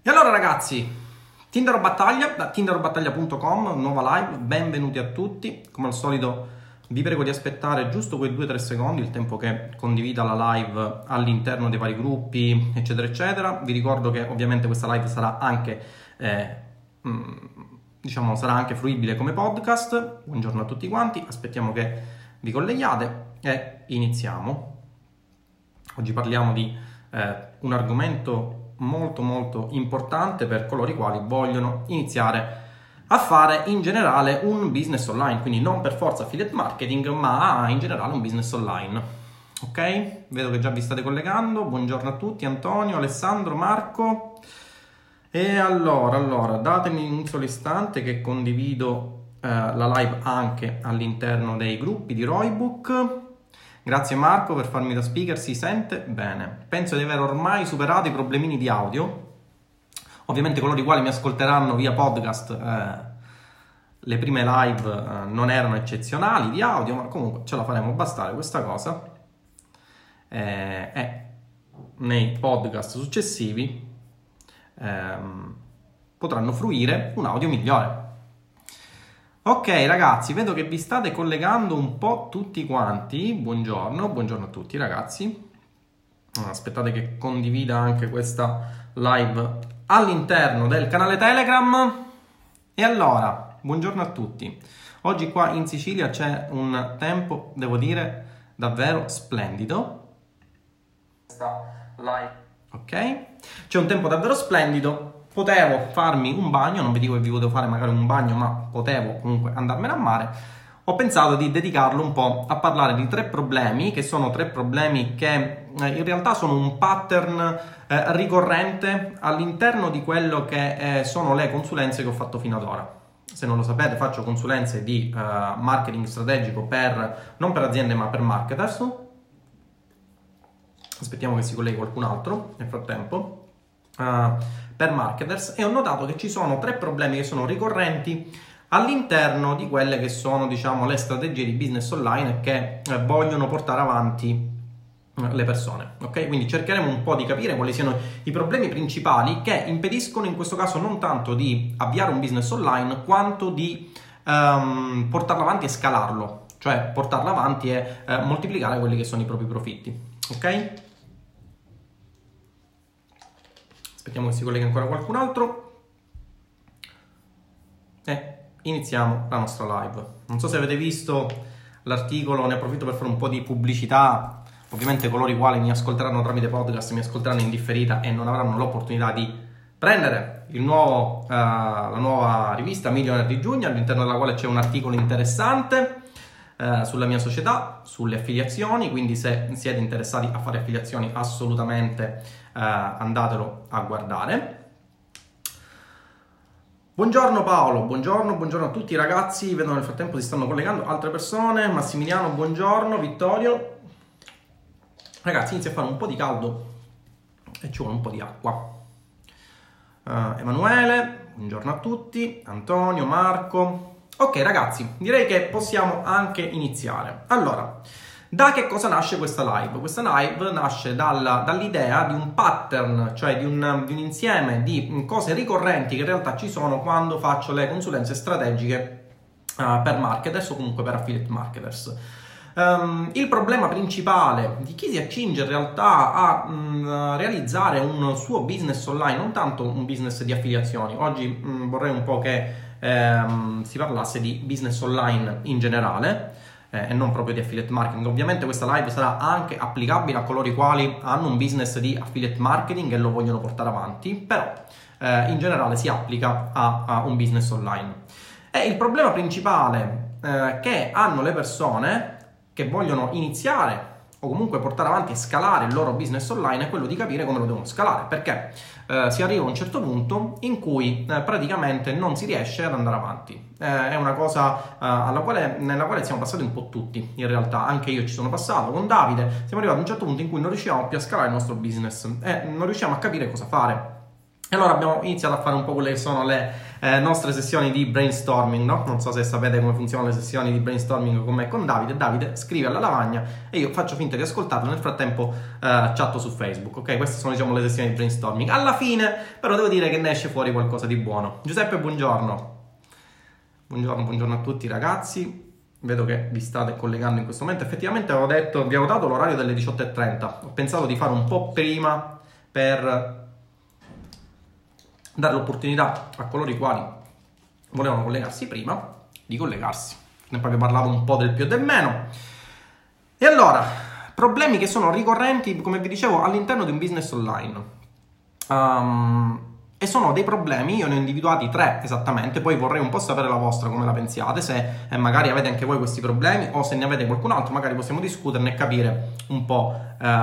E allora ragazzi, Tinder o Battaglia, da tinderobattaglia.com, nuova live, benvenuti a tutti. Come al solito vi prego di aspettare giusto quei 2-3 secondi, il tempo che condivida la live all'interno dei vari gruppi, eccetera eccetera. Vi ricordo che ovviamente questa live sarà anche, sarà anche fruibile come podcast. Buongiorno a tutti quanti, aspettiamo che vi colleghiate e iniziamo. Oggi parliamo di un argomento molto importante per coloro i quali vogliono iniziare a fare in generale un business online, quindi non per forza affiliate marketing, ma in generale un business online. Ok? Vedo che già vi state collegando. Buongiorno a tutti, Antonio, Alessandro, Marco. E allora datemi un solo istante che condivido la live anche all'interno dei gruppi di Roybook. Grazie Marco per farmi da speaker, si sente bene. Penso di aver ormai superato i problemini di audio. Ovviamente coloro i quali mi ascolteranno via podcast, le prime live non erano eccezionali di audio, ma comunque ce la faremo bastare questa cosa. Nei podcast successivi potranno fruire un audio migliore. Ok ragazzi, vedo che vi state collegando un po' tutti quanti. Buongiorno a tutti ragazzi. Aspettate che condivida anche questa live all'interno del canale Telegram. E allora, buongiorno a tutti. Oggi qua in Sicilia c'è un tempo, devo dire, davvero splendido. Questa live. Ok? C'è un tempo davvero splendido. Potevo farmi un bagno, non vi dico che vi potevo fare magari un bagno, ma potevo comunque andarmene a mare. Ho pensato di dedicarlo un po' a parlare di tre problemi, che sono tre problemi che in realtà sono un pattern ricorrente all'interno di quello che sono le consulenze che ho fatto fino ad ora. Se non lo sapete, faccio consulenze di marketing strategico non per aziende ma per marketers. Aspettiamo che si colleghi qualcun altro nel frattempo. Per marketers, e ho notato che ci sono tre problemi che sono ricorrenti all'interno di quelle che sono, diciamo, le strategie di business online che vogliono portare avanti le persone. Ok? Quindi cercheremo un po' di capire quali siano i problemi principali che impediscono in questo caso non tanto di avviare un business online quanto di portarlo avanti e scalarlo, cioè portarlo avanti e moltiplicare quelli che sono i propri profitti. Ok? Aspettiamo che si colleghi ancora qualcun altro e iniziamo la nostra live. Non so se avete visto l'articolo, ne approfitto per fare un po' di pubblicità. Ovviamente coloro i quali mi ascolteranno tramite podcast mi ascolteranno in differita e non avranno l'opportunità di prendere la nuova rivista Millionaire di giugno, all'interno della quale c'è un articolo interessante sulla mia società, sulle affiliazioni, quindi se siete interessati a fare affiliazioni assolutamente andatelo a guardare. Buongiorno Paolo, buongiorno a tutti ragazzi, vedo nel frattempo si stanno collegando altre persone. Massimiliano, buongiorno. Vittorio. Ragazzi, inizia a fare un po' di caldo e ci vuole un po' di acqua. Emanuele, buongiorno a tutti. Antonio, Marco. Ok ragazzi, direi che possiamo anche iniziare. Allora, da che cosa nasce questa live? Questa live nasce dall'idea di un pattern, cioè di un insieme di cose ricorrenti che in realtà ci sono quando faccio le consulenze strategiche per marketers o comunque per affiliate marketers. Il problema principale di chi si accinge in realtà a realizzare un suo business online, non tanto un business di affiliazioni, oggi vorrei un po' che si parlasse di business online in generale e non proprio di affiliate marketing. Ovviamente questa live sarà anche applicabile a coloro i quali hanno un business di affiliate marketing e lo vogliono portare avanti, però in generale si applica a un business online. E il problema principale che hanno le persone che vogliono iniziare o comunque portare avanti e scalare il loro business online è quello di capire come lo devono scalare, perché si arriva a un certo punto in cui praticamente non si riesce ad andare avanti. È una cosa nella quale siamo passati un po' tutti, in realtà anche io ci sono passato con Davide. Siamo arrivati a un certo punto in cui non riusciamo più a scalare il nostro business e non riusciamo a capire cosa fare. E allora abbiamo iniziato a fare un po' quelle che sono le nostre sessioni di brainstorming, no? Non so se sapete come funzionano le sessioni di brainstorming con me e con Davide. Davide scrive alla lavagna e io faccio finta di ascoltarlo, nel frattempo chatto su Facebook, ok? Queste sono, diciamo, le sessioni di brainstorming. Alla fine però devo dire che ne esce fuori qualcosa di buono. Giuseppe, buongiorno. Buongiorno a tutti ragazzi. Vedo che vi state collegando in questo momento. Effettivamente vi avevo dato l'orario delle 18:30. Ho pensato di fare un po' prima per dare l'opportunità a coloro i quali volevano collegarsi prima di collegarsi. Ne abbiamo parlato un po' del più e del meno. E allora, problemi che sono ricorrenti, come vi dicevo, all'interno di un business online. E sono dei problemi, io ne ho individuati 3 esattamente, poi vorrei un po' sapere la vostra, come la pensiate, se magari avete anche voi questi problemi o se ne avete qualcun altro, magari possiamo discuterne e capire un po'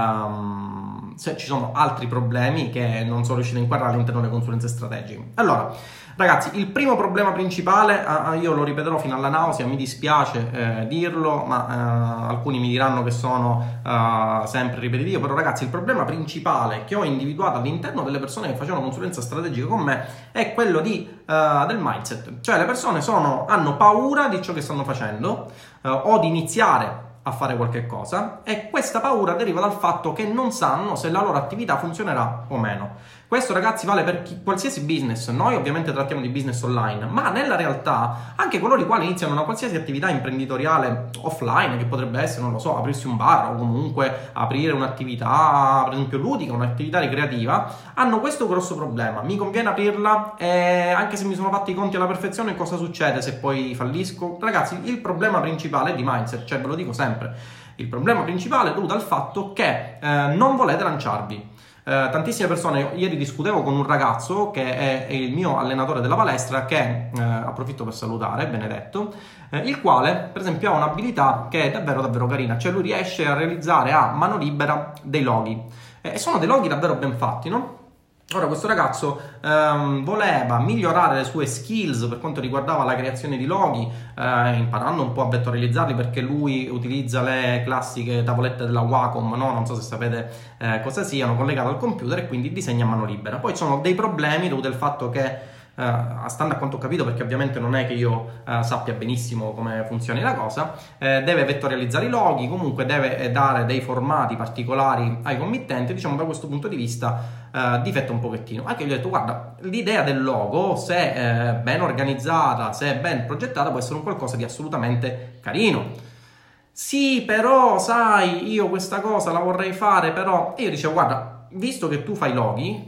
se ci sono altri problemi che non sono riuscito a inquadrare all'interno delle consulenze strategiche. Allora, ragazzi, il primo problema principale, io lo ripeterò fino alla nausea, mi dispiace dirlo, ma alcuni mi diranno che sono sempre ripetitivo, però ragazzi, il problema principale che ho individuato all'interno delle persone che facevano consulenza strategica con me è quello del mindset. Cioè le persone hanno paura di ciò che stanno facendo o di iniziare a fare qualche cosa, e questa paura deriva dal fatto che non sanno se la loro attività funzionerà o meno. Questo, ragazzi, vale per qualsiasi business. Noi ovviamente trattiamo di business online, ma nella realtà anche coloro i quali iniziano una qualsiasi attività imprenditoriale offline, che potrebbe essere, non lo so, aprirsi un bar o comunque aprire un'attività, per esempio ludica, un'attività ricreativa, hanno questo grosso problema: mi conviene aprirla e anche se mi sono fatti i conti alla perfezione, cosa succede se poi fallisco? Ragazzi, il problema principale è di mindset, cioè ve lo dico sempre, il problema principale è dovuto al fatto che non volete lanciarvi. Tantissime persone, ieri discutevo con un ragazzo che è il mio allenatore della palestra, che approfitto per salutare, Benedetto, il quale per esempio ha un'abilità che è davvero davvero carina, cioè lui riesce a realizzare a mano libera dei loghi, e sono dei loghi davvero ben fatti, no? Ora, questo ragazzo voleva migliorare le sue skills per quanto riguardava la creazione di loghi, imparando un po' a vettorializzarli, perché lui utilizza le classiche tavolette della Wacom, no? Non so se sapete cosa siano, collegate al computer, e quindi disegna a mano libera. Poi ci sono dei problemi dovuti al fatto che, stando a quanto ho capito, perché ovviamente non è che io sappia benissimo come funzioni la cosa, deve vettorializzare i loghi, comunque deve dare dei formati particolari ai committenti. Diciamo, da questo punto di vista difetta un pochettino. Anche io gli ho detto: guarda, l'idea del logo, se ben organizzata, se ben progettata, può essere un qualcosa di assolutamente carino. Sì, però sai, io questa cosa la vorrei fare, però... E io dicevo: guarda, visto che tu fai loghi,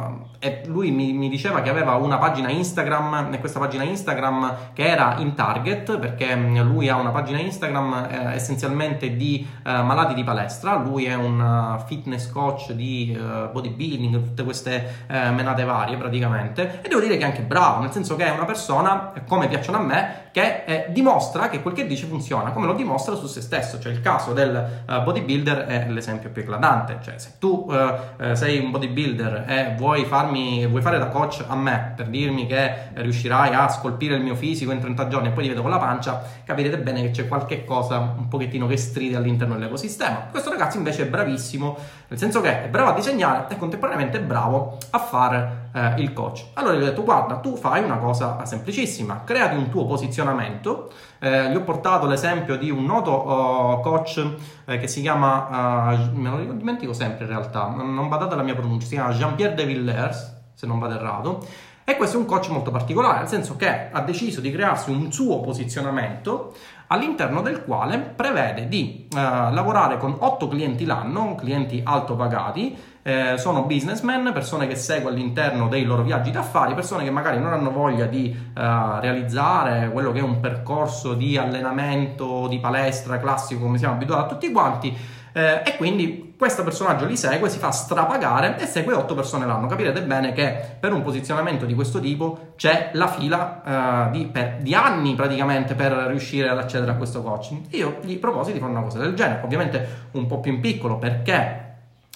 e lui mi diceva che aveva una pagina Instagram, e questa pagina Instagram che era in target, perché lui ha una pagina Instagram essenzialmente di malati di palestra. Lui è un fitness coach di bodybuilding, tutte queste menate varie praticamente, e devo dire che è anche bravo, nel senso che è una persona, come piacciono a me, che dimostra che quel che dice funziona, come lo dimostra su se stesso. Cioè il caso del bodybuilder è l'esempio più eclatante. Cioè, se tu sei un bodybuilder e vuoi fare da coach a me per dirmi che riuscirai a scolpire il mio fisico in 30 giorni e poi ti vedo con la pancia, capirete bene che c'è qualche cosa un pochettino che stride all'interno dell'ecosistema. Questo ragazzo invece è bravissimo, nel senso che è bravo a disegnare e contemporaneamente è bravo a fare il coach. Allora gli ho detto: guarda, tu fai una cosa semplicissima, creati un tuo posizionamento. Gli ho portato l'esempio di un noto coach che si chiama, me lo dimentico sempre in realtà, non badate alla mia pronuncia, si chiama Jean-Pierre de Villers, se non vado errato. E questo è un coach molto particolare, nel senso che ha deciso di crearsi un suo posizionamento all'interno del quale prevede di lavorare con 8 clienti l'anno, clienti alto pagati. Sono businessmen, persone che segue all'interno dei loro viaggi d'affari, persone che magari non hanno voglia di realizzare quello che è un percorso di allenamento, di palestra classico come siamo abituati a tutti quanti, e quindi questo personaggio li segue, si fa strapagare e segue 8 persone l'anno. Capirete bene che per un posizionamento di questo tipo c'è la fila di anni praticamente per riuscire ad accedere a questo coaching. Io gli proposi di fare una cosa del genere, ovviamente un po' più in piccolo, perché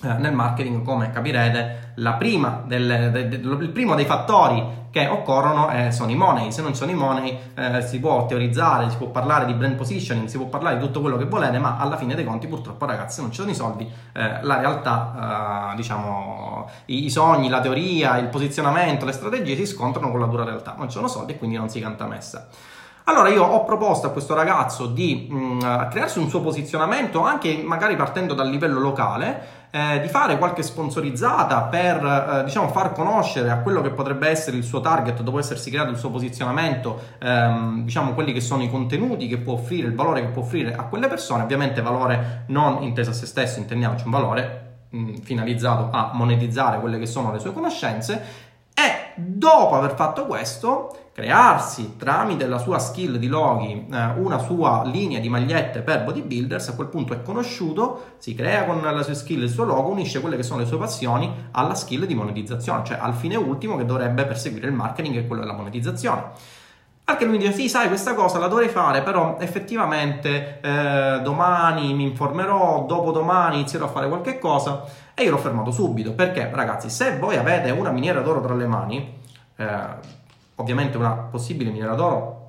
nel marketing, come capirete, il primo dei fattori che occorrono sono i money. Se non ci sono i money si può teorizzare, si può parlare di brand positioning, si può parlare di tutto quello che volete, ma alla fine dei conti purtroppo, ragazzi, se non ci sono i soldi, la realtà, diciamo, i sogni, la teoria, il posizionamento, le strategie si scontrano con la dura realtà. Non ci sono soldi e quindi non si canta messa. Allora io ho proposto a questo ragazzo di crearsi un suo posizionamento, anche magari partendo dal livello locale, di fare qualche sponsorizzata per diciamo far conoscere a quello che potrebbe essere il suo target dopo essersi creato il suo posizionamento, diciamo quelli che sono i contenuti che può offrire, il valore che può offrire a quelle persone, ovviamente valore non inteso a se stesso, intendiamoci un valore finalizzato a monetizzare quelle che sono le sue conoscenze. E dopo aver fatto questo, crearsi tramite la sua skill di loghi una sua linea di magliette per bodybuilders. A quel punto è conosciuto, si crea con la sua skill il suo logo, unisce quelle che sono le sue passioni alla skill di monetizzazione, cioè al fine ultimo che dovrebbe perseguire il marketing, e quello della monetizzazione. Anche lui mi dice: sì, sai, questa cosa la dovrei fare, però effettivamente domani mi informerò, dopodomani inizierò a fare qualche cosa. E io l'ho fermato subito, perché ragazzi, se voi avete una miniera d'oro tra le mani, ovviamente una possibile miniera d'oro,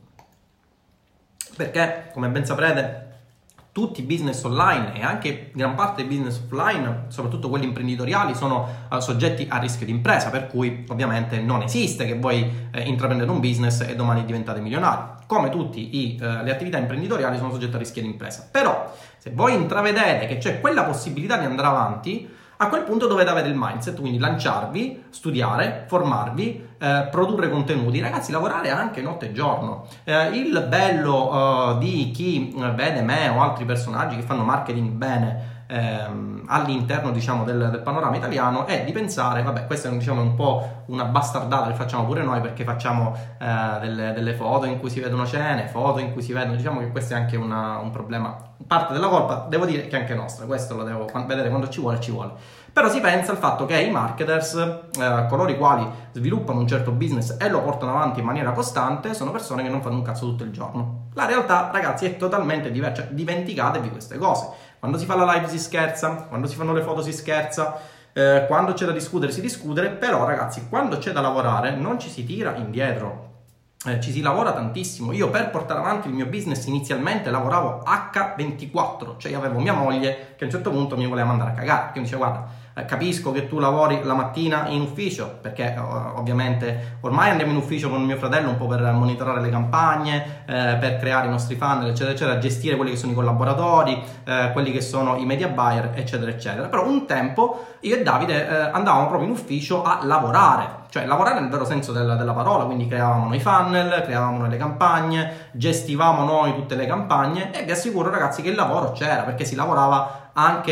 perché come ben saprete tutti i business online e anche gran parte dei business offline, soprattutto quelli imprenditoriali, sono soggetti a rischio di impresa, per cui ovviamente non esiste che voi intraprendete un business e domani diventate milionari. Come tutte le attività imprenditoriali sono soggette a rischio di impresa. Però se voi intravedete che c'è quella possibilità di andare avanti, a quel punto dovete avere il mindset, quindi lanciarvi, studiare, formarvi, produrre contenuti, ragazzi, lavorare anche notte e giorno. Il bello di chi vede me o altri personaggi che fanno marketing bene all'interno, diciamo, del panorama italiano è di pensare, vabbè, questa è, diciamo, un po' una bastardata che facciamo pure noi, perché facciamo delle foto in cui si vedono cene, foto in cui si vedono, diciamo che questo è anche un problema, parte della colpa devo dire che è anche nostra, questo lo devo vedere quando ci vuole, però si pensa al fatto che i marketers, coloro i quali sviluppano un certo business e lo portano avanti in maniera costante, sono persone che non fanno un cazzo tutto il giorno. La realtà, ragazzi, è totalmente diversa, cioè, dimenticatevi queste cose. Quando si fa la live si scherza, quando si fanno le foto si scherza, quando c'è da discutere si discute, però ragazzi, quando c'è da lavorare non ci si tira indietro. Ci si lavora tantissimo. Io per portare avanti il mio business inizialmente lavoravo H24, cioè io avevo mia moglie che a un certo punto mi voleva mandare a cagare, che mi diceva: guarda, capisco che tu lavori la mattina in ufficio, perché ovviamente ormai andiamo in ufficio con mio fratello un po' per monitorare le campagne, per creare i nostri funnel, eccetera eccetera, gestire quelli che sono i collaboratori, quelli che sono i media buyer, eccetera eccetera. Però un tempo io e Davide andavamo proprio in ufficio a lavorare, cioè lavorare nel vero senso della parola, quindi creavamo noi funnel, creavamo noi le campagne, gestivamo noi tutte le campagne, e vi assicuro, ragazzi, che il lavoro c'era, perché si lavorava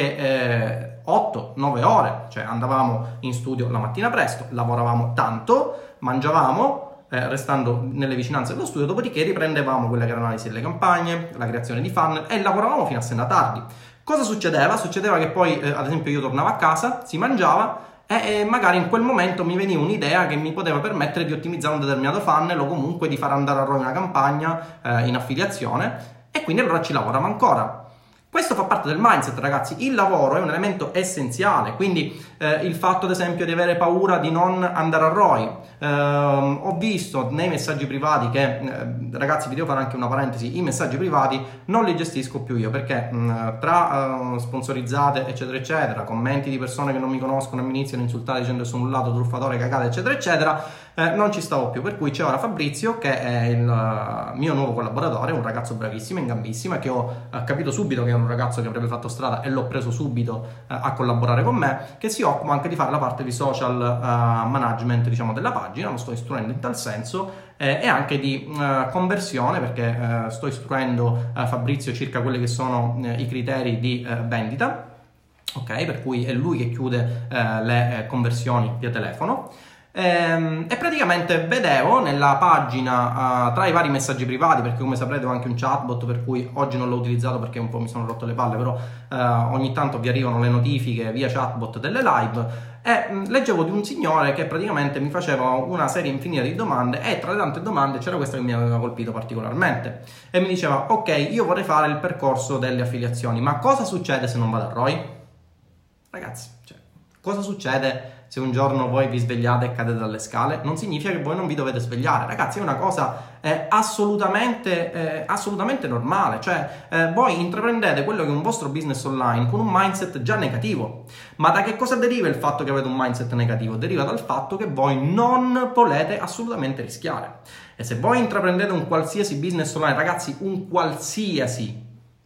anche 8-9 ore, cioè andavamo in studio la mattina presto, lavoravamo tanto, mangiavamo, restando nelle vicinanze dello studio, dopodiché riprendevamo quella che era l'analisi delle campagne, la creazione di funnel, e lavoravamo fino a sera tardi. Cosa succedeva? Succedeva che poi, ad esempio, io tornavo a casa, si mangiava, e magari in quel momento mi veniva un'idea che mi poteva permettere di ottimizzare un determinato funnel, o comunque di far andare a ROI una campagna in affiliazione, e quindi allora ci lavoriamo ancora. Questo fa parte del mindset, ragazzi. Il lavoro è un elemento essenziale, quindi il fatto, ad esempio, di avere paura di non andare a ROI. Ho visto nei messaggi privati che, ragazzi, vi devo fare anche una parentesi, i messaggi privati non li gestisco più io, perché tra sponsorizzate, eccetera eccetera, commenti di persone che non mi conoscono e mi iniziano a insultare dicendo che sono un lato truffatore, cagate, eccetera eccetera, non ci stavo più. Per cui c'è ora Fabrizio, che è il mio nuovo collaboratore, un ragazzo bravissimo, in gambissima, che ho capito subito che è un ragazzo che avrebbe fatto strada, e l'ho preso subito a collaborare con me, che si occupa anche di fare la parte di social management, diciamo, della pagina. Lo sto istruendo in tal senso, e anche di conversione, perché sto istruendo Fabrizio circa quelli che sono i criteri di vendita, ok? Per cui è lui che chiude le conversioni via telefono. E praticamente vedevo nella pagina, tra i vari messaggi privati, perché come saprete ho anche un chatbot, per cui oggi non l'ho utilizzato perché un po' mi sono rotto le palle, però ogni tanto vi arrivano le notifiche via chatbot delle live, e leggevo di un signore che praticamente mi faceva una serie infinita di domande, e tra le tante domande c'era questa che mi aveva colpito particolarmente, e mi diceva: ok, io vorrei fare il percorso delle affiliazioni, ma cosa succede se non vado a ROI? Ragazzi, cioè, cosa succede se un giorno voi vi svegliate e cadete dalle scale? Non significa che voi non vi dovete svegliare, ragazzi, è una cosa assolutamente normale. Cioè, voi intraprendete quello che è un vostro business online con un mindset già negativo. Ma da che cosa deriva il fatto che avete un mindset negativo? Deriva dal fatto che voi non volete assolutamente rischiare. E se voi intraprendete un qualsiasi business online, ragazzi, un qualsiasi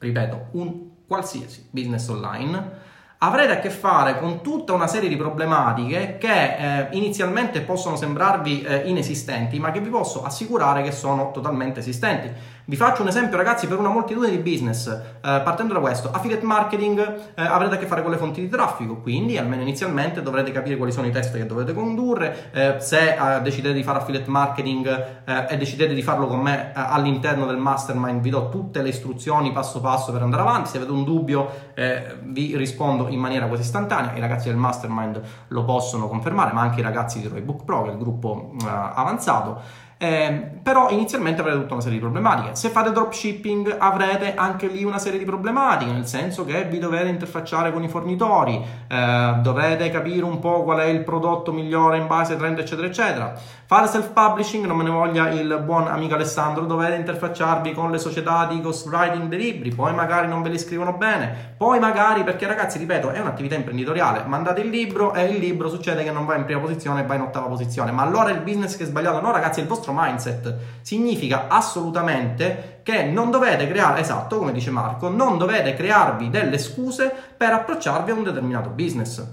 business online, avrete a che fare con tutta una serie di problematiche che inizialmente possono sembrarvi inesistenti, ma che vi posso assicurare che sono totalmente esistenti. Vi faccio un esempio, ragazzi, per una moltitudine di business. Partendo da questo, affiliate marketing, avrete a che fare con le fonti di traffico, quindi almeno inizialmente dovrete capire quali sono i test che dovete condurre. Se decidete di fare affiliate marketing e decidete di farlo con me all'interno del mastermind, vi do tutte le istruzioni passo passo per andare avanti. Se avete un dubbio vi rispondo in maniera quasi istantanea. I ragazzi del mastermind lo possono confermare, ma anche i ragazzi di Roybook Pro, che è il gruppo avanzato. Però inizialmente avrete tutta una serie di problematiche. Se fate dropshipping avrete anche lì una serie di problematiche, nel senso che vi dovete interfacciare con i fornitori, dovrete capire un po' qual è il prodotto migliore in base ai trend, eccetera eccetera. Fare self-publishing, non me ne voglia il buon amico Alessandro, dovete interfacciarvi con le società di ghostwriting dei libri, poi magari non ve li scrivono bene, poi magari, perché ragazzi, ripeto, è un'attività imprenditoriale, mandate il libro e il libro succede che non va in prima posizione e va in ottava posizione, ma allora è il business che è sbagliato? No, ragazzi, è il vostro mindset. Significa assolutamente che non dovete creare, esatto, come dice Marco, non dovete crearvi delle scuse per approcciarvi a un determinato business.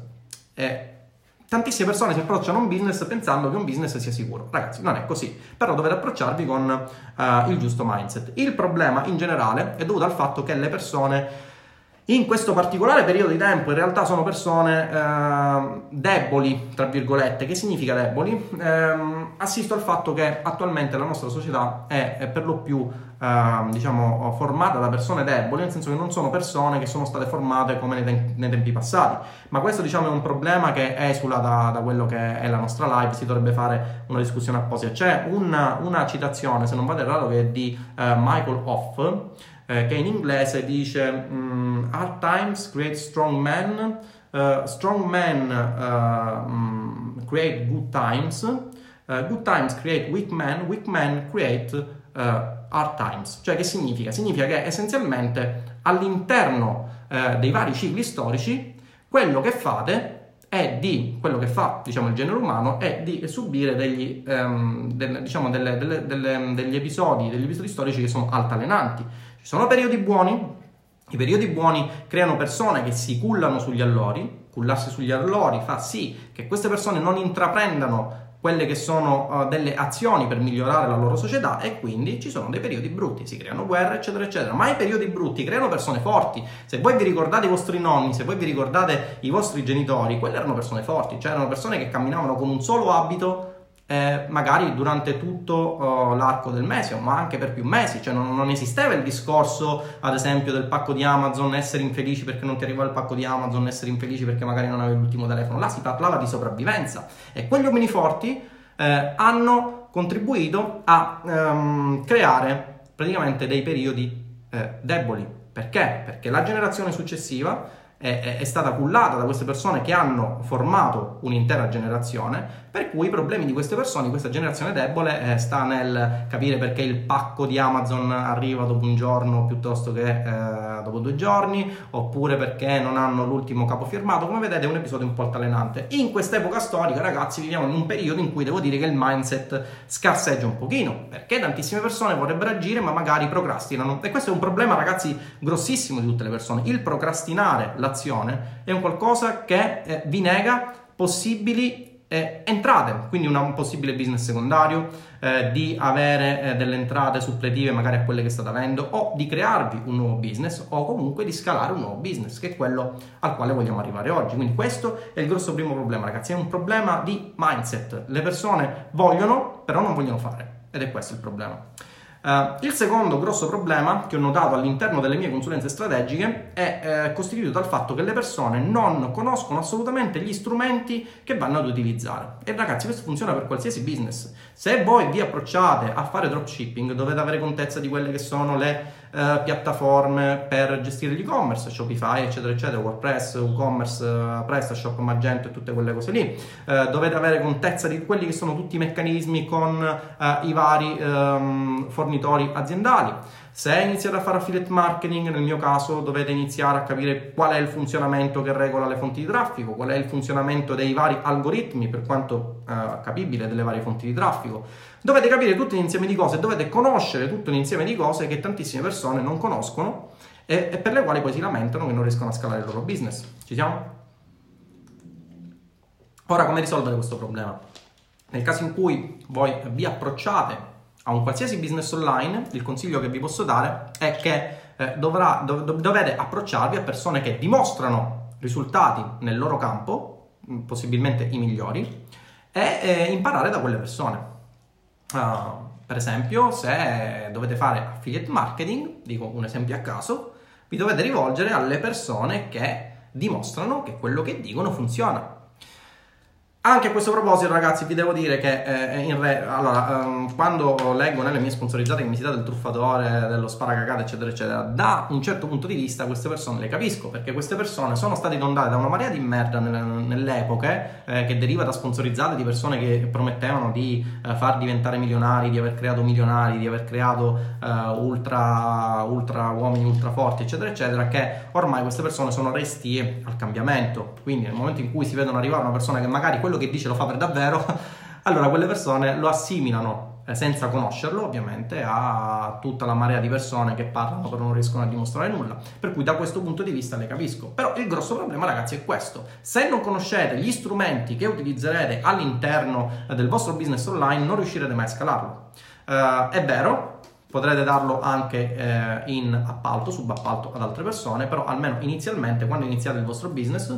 Tantissime persone si approcciano a un business pensando che un business sia sicuro. Ragazzi, non è così, però dovete approcciarvi con il giusto mindset. Il problema in generale è dovuto al fatto che le persone in questo particolare periodo di tempo in realtà sono persone deboli, tra virgolette. Che significa deboli? Assisto al fatto che attualmente la nostra società è per lo più diciamo formata da persone deboli, nel senso che non sono persone che sono state formate come nei tempi passati. Ma questo, diciamo, è un problema che esula da quello che è la nostra live. Si dovrebbe fare una discussione apposita. C'è una citazione, se non vado errato, che è di Michael Hoff, che in inglese dice hard times create strong men, strong men create good times create weak men create hard times. Cioè, che significa? Significa che essenzialmente all'interno dei vari cicli storici quello che fate quello che fa, diciamo, il genere umano è di subire degli episodi storici che sono altalenanti. Ci sono periodi buoni, i periodi buoni creano persone che si cullano sugli allori, cullarsi sugli allori fa sì che queste persone non intraprendano quelle che sono delle azioni per migliorare la loro società, e quindi ci sono dei periodi brutti, si creano guerre, eccetera eccetera, ma i periodi brutti creano persone forti. Se voi vi ricordate i vostri nonni, se voi vi ricordate i vostri genitori, quelle erano persone forti, cioè erano persone che camminavano con un solo abito magari durante tutto l'arco del mese, ma anche per più mesi. Cioè non esisteva il discorso, ad esempio, del pacco di Amazon, essere infelici perché non ti arriva il pacco di Amazon, essere infelici perché magari non avevi l'ultimo telefono. Là si parlava di sopravvivenza, e quegli uomini forti hanno contribuito a creare praticamente dei periodi deboli. Perché? Perché la generazione successiva è stata cullata da queste persone che hanno formato un'intera generazione, per cui i problemi di queste persone, di questa generazione debole, sta nel capire perché il pacco di Amazon arriva dopo un giorno piuttosto che dopo 2 giorni, oppure perché non hanno l'ultimo capo firmato. Come vedete è un episodio un po' altalenante. In quest'epoca storica, ragazzi, viviamo in un periodo in cui devo dire che il mindset scarseggia un pochino, perché tantissime persone vorrebbero agire ma magari procrastinano, e questo è un problema, ragazzi, grossissimo di tutte le persone. Il procrastinare l'azione è un qualcosa che vi nega possibili entrate, quindi un possibile business secondario, di avere delle entrate suppletive magari a quelle che state avendo, o di crearvi un nuovo business, o comunque di scalare un nuovo business, che è quello al quale vogliamo arrivare oggi. Quindi questo è il grosso primo problema, ragazzi, è un problema di mindset. Le persone vogliono, però non vogliono fare, ed è questo il problema. Il secondo grosso problema che ho notato all'interno delle mie consulenze strategiche è costituito dal fatto che le persone non conoscono assolutamente gli strumenti che vanno ad utilizzare. E ragazzi, questo funziona per qualsiasi business. Se voi vi approcciate a fare dropshipping, dovete avere contezza di quelle che sono le piattaforme per gestire l'e-commerce, Shopify, eccetera, eccetera, WordPress, WooCommerce, PrestaShop, Magento e tutte quelle cose lì. Dovete avere contezza di quelli che sono tutti i meccanismi con i vari fornitori aziendali. Se iniziate a fare affiliate marketing, nel mio caso dovete iniziare a capire qual è il funzionamento che regola le fonti di traffico, qual è il funzionamento dei vari algoritmi, per quanto capibile, delle varie fonti di traffico. Dovete capire tutto un insieme di cose, dovete conoscere tutto un insieme di cose che tantissime persone non conoscono e per le quali poi si lamentano che non riescono a scalare il loro business. Ci siamo? Ora, come risolvere questo problema? Nel caso in cui voi vi approcciate a un qualsiasi business online, il consiglio che vi posso dare è che dovete approcciarvi a persone che dimostrano risultati nel loro campo, possibilmente i migliori, e imparare da quelle persone. Per esempio, se dovete fare affiliate marketing, dico un esempio a caso, vi dovete rivolgere alle persone che dimostrano che quello che dicono funziona. Anche a questo proposito, ragazzi, vi devo dire che quando leggo nelle mie sponsorizzate che mi si dà del truffatore, dello sparacacate, eccetera, eccetera, da un certo punto di vista queste persone le capisco, perché queste persone sono state inondate da una marea di merda nelle epoche che deriva da sponsorizzate di persone che promettevano di far diventare milionari, di aver creato milionari, di aver creato ultra uomini ultra forti, eccetera, eccetera, che ormai queste persone sono restie al cambiamento. Quindi nel momento in cui si vedono arrivare una persona che magari quello che dice lo fa per davvero, allora quelle persone lo assimilano, senza conoscerlo ovviamente, a tutta la marea di persone che parlano però non riescono a dimostrare nulla. Per cui da questo punto di vista le capisco. Però il grosso problema, ragazzi, è questo: se non conoscete gli strumenti che utilizzerete all'interno del vostro business online, non riuscirete mai a scalarlo. È vero, potrete darlo anche in appalto, subappalto ad altre persone, però almeno inizialmente, quando iniziate il vostro business,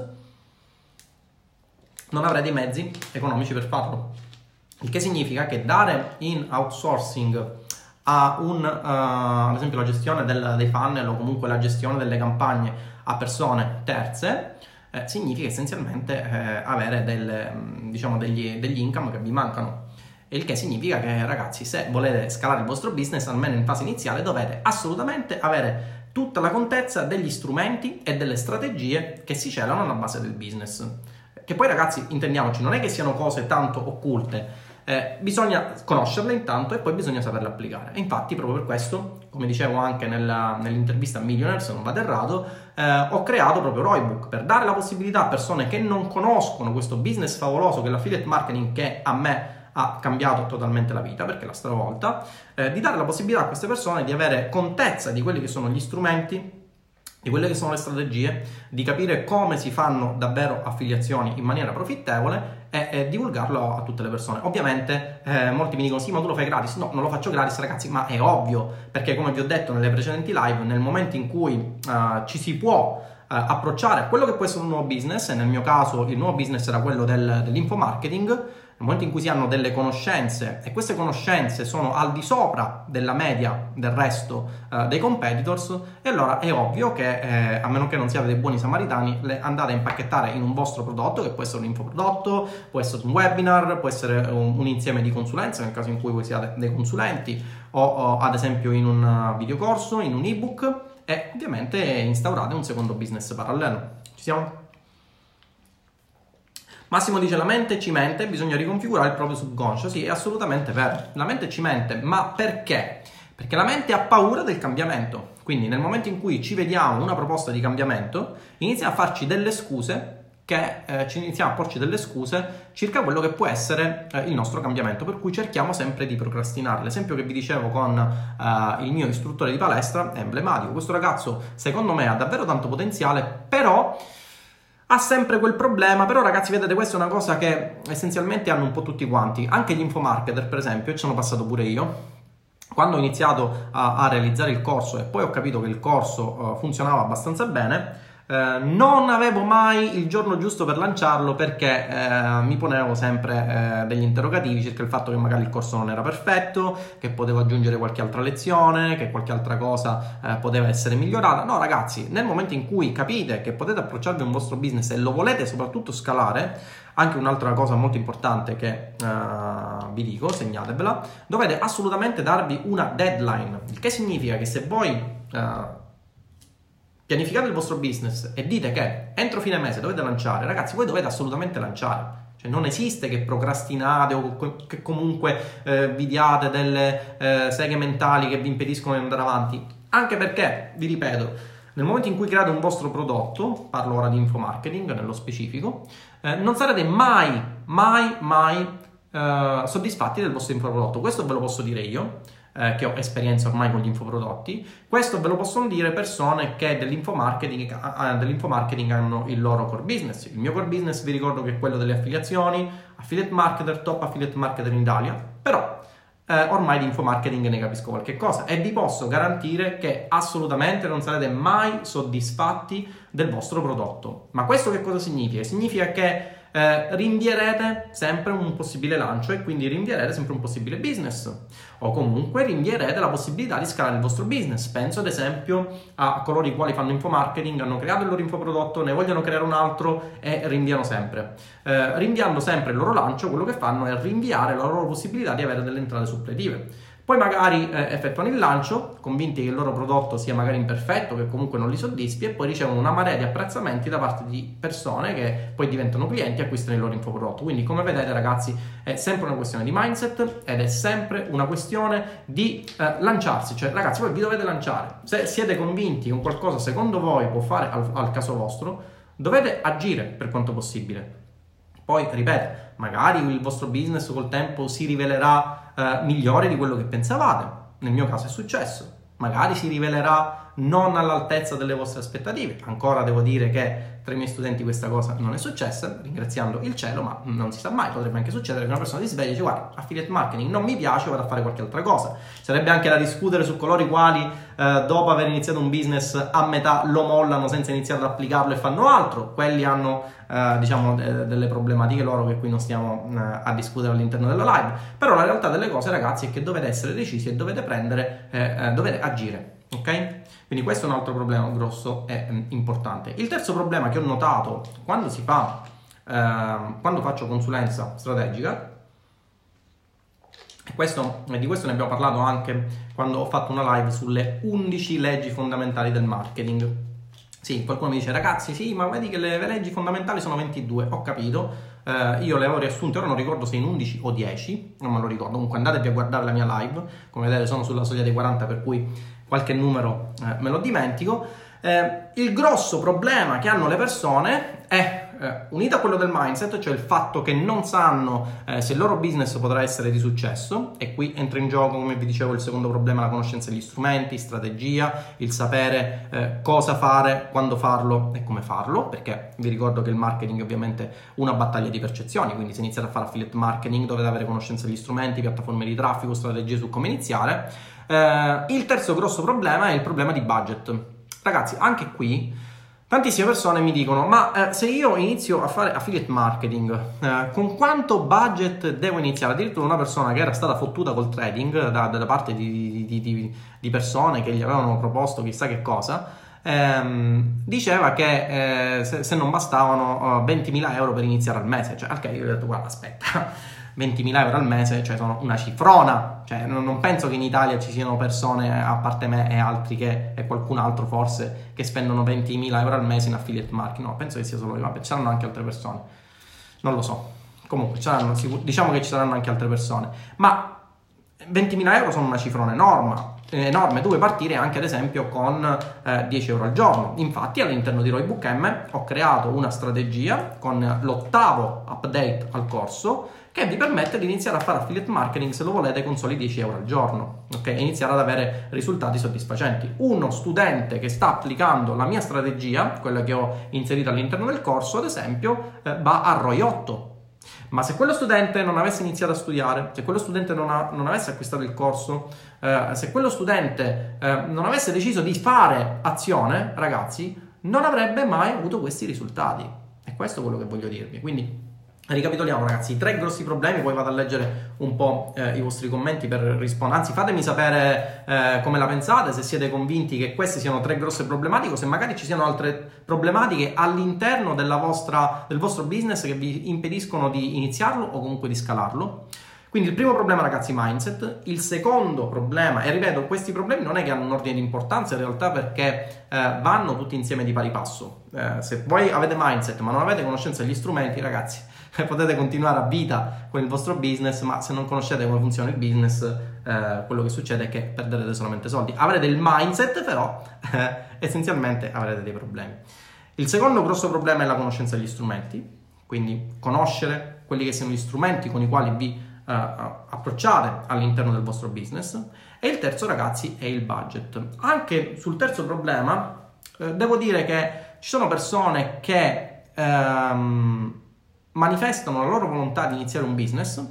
non avrete i mezzi economici per farlo. Il che significa che dare in outsourcing a ad esempio la gestione dei funnel o comunque la gestione delle campagne a persone terze significa essenzialmente avere degli income che vi mancano. Il che significa che, ragazzi, se volete scalare il vostro business, almeno in fase iniziale, dovete assolutamente avere tutta la contezza degli strumenti e delle strategie che si celano alla base del business. Che poi, ragazzi, intendiamoci, non è che siano cose tanto occulte, bisogna conoscerle intanto e poi bisogna saperle applicare. E infatti, proprio per questo, come dicevo anche nell'intervista a Millionaire, se non vado errato, ho creato proprio Roybook per dare la possibilità a persone che non conoscono questo business favoloso che è l'affiliate marketing, che a me ha cambiato totalmente la vita perché l'ha stravolta, di dare la possibilità a queste persone di avere contezza di quelli che sono gli strumenti, di quelle che sono le strategie, di capire come si fanno davvero affiliazioni in maniera profittevole e divulgarlo a tutte le persone. Ovviamente molti mi dicono: sì, ma tu lo fai gratis. No, non lo faccio gratis, ragazzi, ma è ovvio, perché come vi ho detto nelle precedenti live, nel momento in cui ci si può approcciare a quello che può essere un nuovo business, e nel mio caso il nuovo business era quello dell'infomarketing, nel momento in cui si hanno delle conoscenze e queste conoscenze sono al di sopra della media del resto dei competitors, e allora è ovvio che a meno che non siate dei buoni samaritani, le andate a impacchettare in un vostro prodotto, che può essere un infoprodotto, può essere un webinar, può essere un insieme di consulenze nel caso in cui voi siate dei consulenti, o ad esempio in un videocorso, in un ebook, e ovviamente instaurate un secondo business parallelo. Ci siamo? Massimo dice: la mente ci mente, bisogna riconfigurare il proprio subconscio. Sì, è assolutamente vero, la mente ci mente, ma perché? Perché la mente ha paura del cambiamento. Quindi nel momento in cui ci vediamo una proposta di cambiamento, iniziamo a farci delle scuse, iniziamo a porci delle scuse circa quello che può essere il nostro cambiamento, per cui cerchiamo sempre di procrastinare. L'esempio che vi dicevo con il mio istruttore di palestra è emblematico. Questo ragazzo secondo me ha davvero tanto potenziale, però ha sempre quel problema. Però, ragazzi, vedete, questa è una cosa che essenzialmente hanno un po' tutti quanti, anche gli infomarketer per esempio, e ci sono passato pure io. Quando ho iniziato a realizzare il corso e poi ho capito che il corso funzionava abbastanza bene, non avevo mai il giorno giusto per lanciarlo, perché mi ponevo sempre degli interrogativi circa il fatto che magari il corso non era perfetto, che potevo aggiungere qualche altra lezione, che qualche altra cosa poteva essere migliorata. No, ragazzi, nel momento in cui capite che potete approcciarvi a un vostro business e lo volete soprattutto scalare, anche un'altra cosa molto importante che vi dico, segnatevela, dovete assolutamente darvi una deadline, il che significa che se voi pianificate il vostro business e dite che entro fine mese dovete lanciare, ragazzi, voi dovete assolutamente lanciare. Cioè, non esiste che procrastinate o che comunque vi diate delle seghe mentali che vi impediscono di andare avanti. Anche perché, vi ripeto, nel momento in cui create un vostro prodotto, parlo ora di infomarketing nello specifico, non sarete mai soddisfatti del vostro infoprodotto. Questo ve lo posso dire io, che ho esperienza ormai con gli infoprodotti. Questo ve lo possono dire persone che dell'infomarketing hanno il loro core business. Il mio core business vi ricordo che è quello delle affiliazioni, affiliate marketer, top affiliate marketer in Italia, però ormai di infomarketing ne capisco qualche cosa e vi posso garantire che assolutamente non sarete mai soddisfatti del vostro prodotto. Ma questo che cosa significa? Significa che rinvierete sempre un possibile lancio e quindi rinvierete sempre un possibile business, o comunque rinvierete la possibilità di scalare il vostro business. Penso ad esempio a coloro i quali fanno infomarketing, hanno creato il loro infoprodotto, ne vogliono creare un altro e rinviano sempre. Rinviando sempre il loro lancio, quello che fanno è rinviare la loro possibilità di avere delle entrate suppletive. Poi magari effettuano il lancio, convinti che il loro prodotto sia magari imperfetto, che comunque non li soddisfi, e poi ricevono una marea di apprezzamenti da parte di persone che poi diventano clienti e acquistano il loro infoprodotto. Quindi, come vedete, ragazzi, è sempre una questione di mindset ed è sempre una questione di lanciarsi. Cioè, ragazzi, voi vi dovete lanciare. Se siete convinti che un qualcosa secondo voi può fare al caso vostro, dovete agire per quanto possibile. Poi, ripeto, magari il vostro business col tempo si rivelerà migliore di quello che pensavate. Nel mio caso è successo. Magari si rivelerà non all'altezza delle vostre aspettative. Ancora devo dire che tra i miei studenti questa cosa non è successa, ringraziando il cielo, ma non si sa mai, potrebbe anche succedere che una persona si sveglia e dice: guarda, affiliate marketing non mi piace, vado a fare qualche altra cosa. Sarebbe anche da discutere su coloro i quali dopo aver iniziato un business a metà lo mollano senza iniziare ad applicarlo e fanno altro. Quelli hanno delle problematiche loro che qui non stiamo a discutere all'interno della live. Però la realtà delle cose, ragazzi, è che dovete essere decisi e dovete dovete agire, ok? Quindi questo è un altro problema grosso e importante. Il terzo problema che ho notato quando faccio consulenza strategica, di questo ne abbiamo parlato anche quando ho fatto una live sulle 11 leggi fondamentali del marketing. Sì, qualcuno mi dice: ragazzi, sì, ma vedi che le leggi fondamentali sono 22. Ho capito, io le avevo riassunte, ora non ricordo se in 11 o 10, non me lo ricordo. Comunque andatevi a guardare la mia live, come vedete sono sulla soglia dei 40, per cui qualche numero me lo dimentico. Il grosso problema che hanno le persone è unito a quello del mindset, cioè il fatto che non sanno se il loro business potrà essere di successo, e qui entra in gioco, come vi dicevo, il secondo problema: la conoscenza degli strumenti, strategia, il sapere cosa fare, quando farlo e come farlo, perché vi ricordo che il marketing è ovviamente una battaglia di percezioni. Quindi se iniziate a fare affiliate marketing dovete avere conoscenza degli strumenti, piattaforme di traffico, strategie su come iniziare. Il terzo grosso problema è il problema di budget. Ragazzi, anche qui tantissime persone mi dicono: ma se io inizio a fare affiliate marketing, con quanto budget devo iniziare? Addirittura una persona che era stata fottuta col trading da parte di persone che gli avevano proposto chissà che cosa, diceva che se non bastavano 20.000 euro per iniziare al mese. Cioè, ok, io ho detto: guarda, aspetta, 20.000 euro al mese, cioè sono una cifrona. Cioè, non penso che in Italia ci siano persone, a parte me e altri e qualcun altro forse, che spendono 20.000 euro al mese in affiliate marketing. No, penso che sia solo io. Vabbè, ci saranno anche altre persone, non lo so. Comunque diciamo che ci saranno anche altre persone, ma 20.000 euro sono una cifrona enorme. Dove partire anche ad esempio con 10 euro al giorno. Infatti all'interno di Roybook M ho creato una strategia con l'8º update al corso che vi permette di iniziare a fare affiliate marketing, se lo volete, con soli 10 euro al giorno, ok? E iniziare ad avere risultati soddisfacenti. Uno studente che sta applicando la mia strategia, quella che ho inserito all'interno del corso, ad esempio, va a ROI 8. Ma se quello studente non avesse iniziato a studiare, se quello studente non avesse acquistato il corso, se quello studente non avesse deciso di fare azione, ragazzi, non avrebbe mai avuto questi risultati. E questo è quello che voglio dirvi. Quindi ricapitoliamo, ragazzi, i 3 grossi problemi. Poi vado a leggere un po' i vostri commenti per rispondere. Anzi, fatemi sapere come la pensate, se siete convinti che queste siano 3 grosse problematiche, o se magari ci siano altre problematiche all'interno del vostro business che vi impediscono di iniziarlo o comunque di scalarlo. Quindi il primo problema, ragazzi, mindset. Il secondo problema, e ripeto, questi problemi non è che hanno un ordine di importanza in realtà, perché vanno tutti insieme di pari passo. Se voi avete mindset ma non avete conoscenza degli strumenti, ragazzi, potete continuare a vita con il vostro business, ma se non conoscete come funziona il business, quello che succede è che perderete solamente soldi. Avrete il mindset, però essenzialmente avrete dei problemi. Il secondo grosso problema è la conoscenza degli strumenti, quindi conoscere quelli che siano gli strumenti con i quali vi approcciate all'interno del vostro business. E il terzo, ragazzi, è il budget. Anche sul terzo problema devo dire che ci sono persone che manifestano la loro volontà di iniziare un business,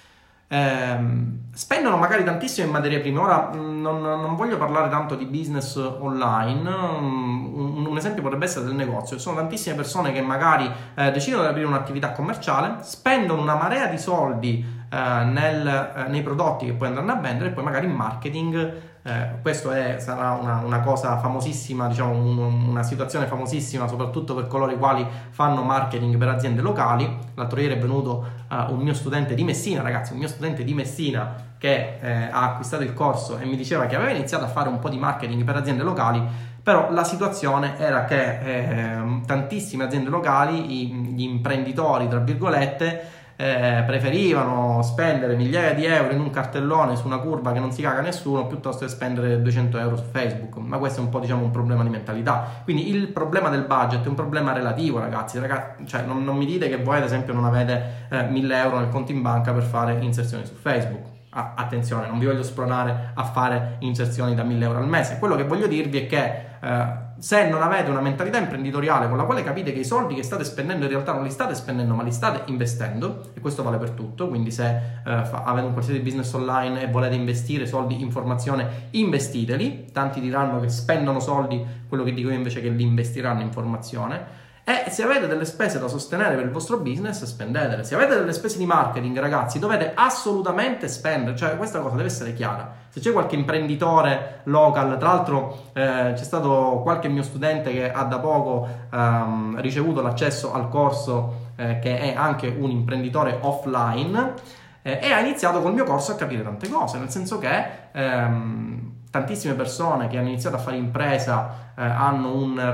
spendono magari tantissimo in materie prime. Ora non voglio parlare tanto di business online, un esempio potrebbe essere del negozio. Ci sono tantissime persone che magari decidono di aprire un'attività commerciale, spendono una marea di soldi nei prodotti che poi andranno a vendere, e poi magari in marketing, questo sarà una cosa famosissima, diciamo una situazione famosissima soprattutto per coloro i quali fanno marketing per aziende locali. L'altro ieri è venuto un mio studente di Messina, ragazzi, un mio studente di Messina che ha acquistato il corso e mi diceva che aveva iniziato a fare un po' di marketing per aziende locali, però la situazione era che tantissime aziende locali, gli imprenditori, tra virgolette, preferivano spendere migliaia di euro in un cartellone su una curva che non si caga nessuno piuttosto che spendere 200 euro su Facebook. Ma questo è un po', diciamo, un problema di mentalità. Quindi il problema del budget è un problema relativo, ragazzi. Cioè non mi dite che voi ad esempio non avete 1000 euro nel conto in banca per fare inserzioni su Facebook. Attenzione, non vi voglio spronare a fare inserzioni da 1000 euro al mese. Quello che voglio dirvi è che se non avete una mentalità imprenditoriale con la quale capite che i soldi che state spendendo in realtà non li state spendendo ma li state investendo, e questo vale per tutto, quindi se avete un qualsiasi business online e volete investire soldi in formazione, investiteli. Tanti diranno che spendono soldi, quello che dico io invece è che li investiranno in formazione. E se avete delle spese da sostenere per il vostro business, spendetele. Se avete delle spese di marketing, ragazzi, dovete assolutamente spendere, cioè questa cosa deve essere chiara. Se c'è qualche imprenditore local, tra l'altro c'è stato qualche mio studente che ha da poco ricevuto l'accesso al corso, che è anche un imprenditore offline, e ha iniziato col mio corso a capire tante cose, nel senso che tantissime persone che hanno iniziato a fare impresa hanno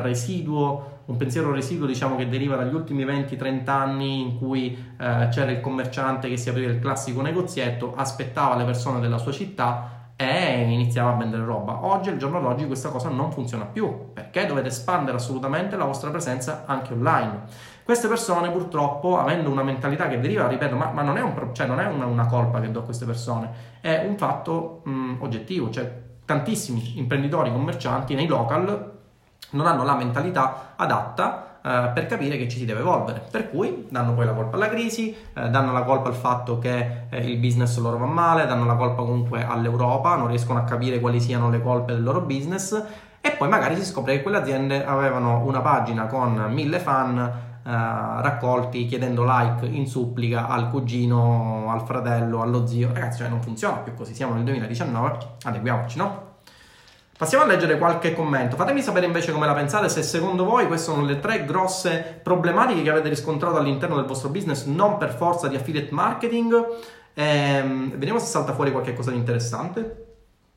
un pensiero residuo, diciamo, che deriva dagli ultimi 20-30 anni in cui c'era il commerciante che si apriva il classico negozietto, aspettava le persone della sua città e iniziava a vendere roba. Oggi, al giorno d'oggi, questa cosa non funziona più, perché dovete espandere assolutamente la vostra presenza anche online. Queste persone, purtroppo, avendo una mentalità che deriva, ripeto, ma non è non è una colpa che do a queste persone, è un fatto oggettivo. Cioè, tantissimi imprenditori, commercianti nei local non hanno la mentalità adatta per capire che ci si deve evolvere, per cui danno poi la colpa alla crisi, danno la colpa al fatto che il business loro va male, danno la colpa comunque all'Europa, non riescono a capire quali siano le colpe del loro business, e poi magari si scopre che quelle aziende avevano una pagina con 1000 fan raccolti chiedendo like in supplica al cugino, al fratello, allo zio. Ragazzi, cioè non funziona più così, siamo nel 2019, adeguiamoci, no? Passiamo a leggere qualche commento. Fatemi sapere invece come la pensate, se secondo voi queste sono le 3 grosse problematiche che avete riscontrato all'interno del vostro business, non per forza di affiliate marketing. Vediamo se salta fuori qualche cosa di interessante.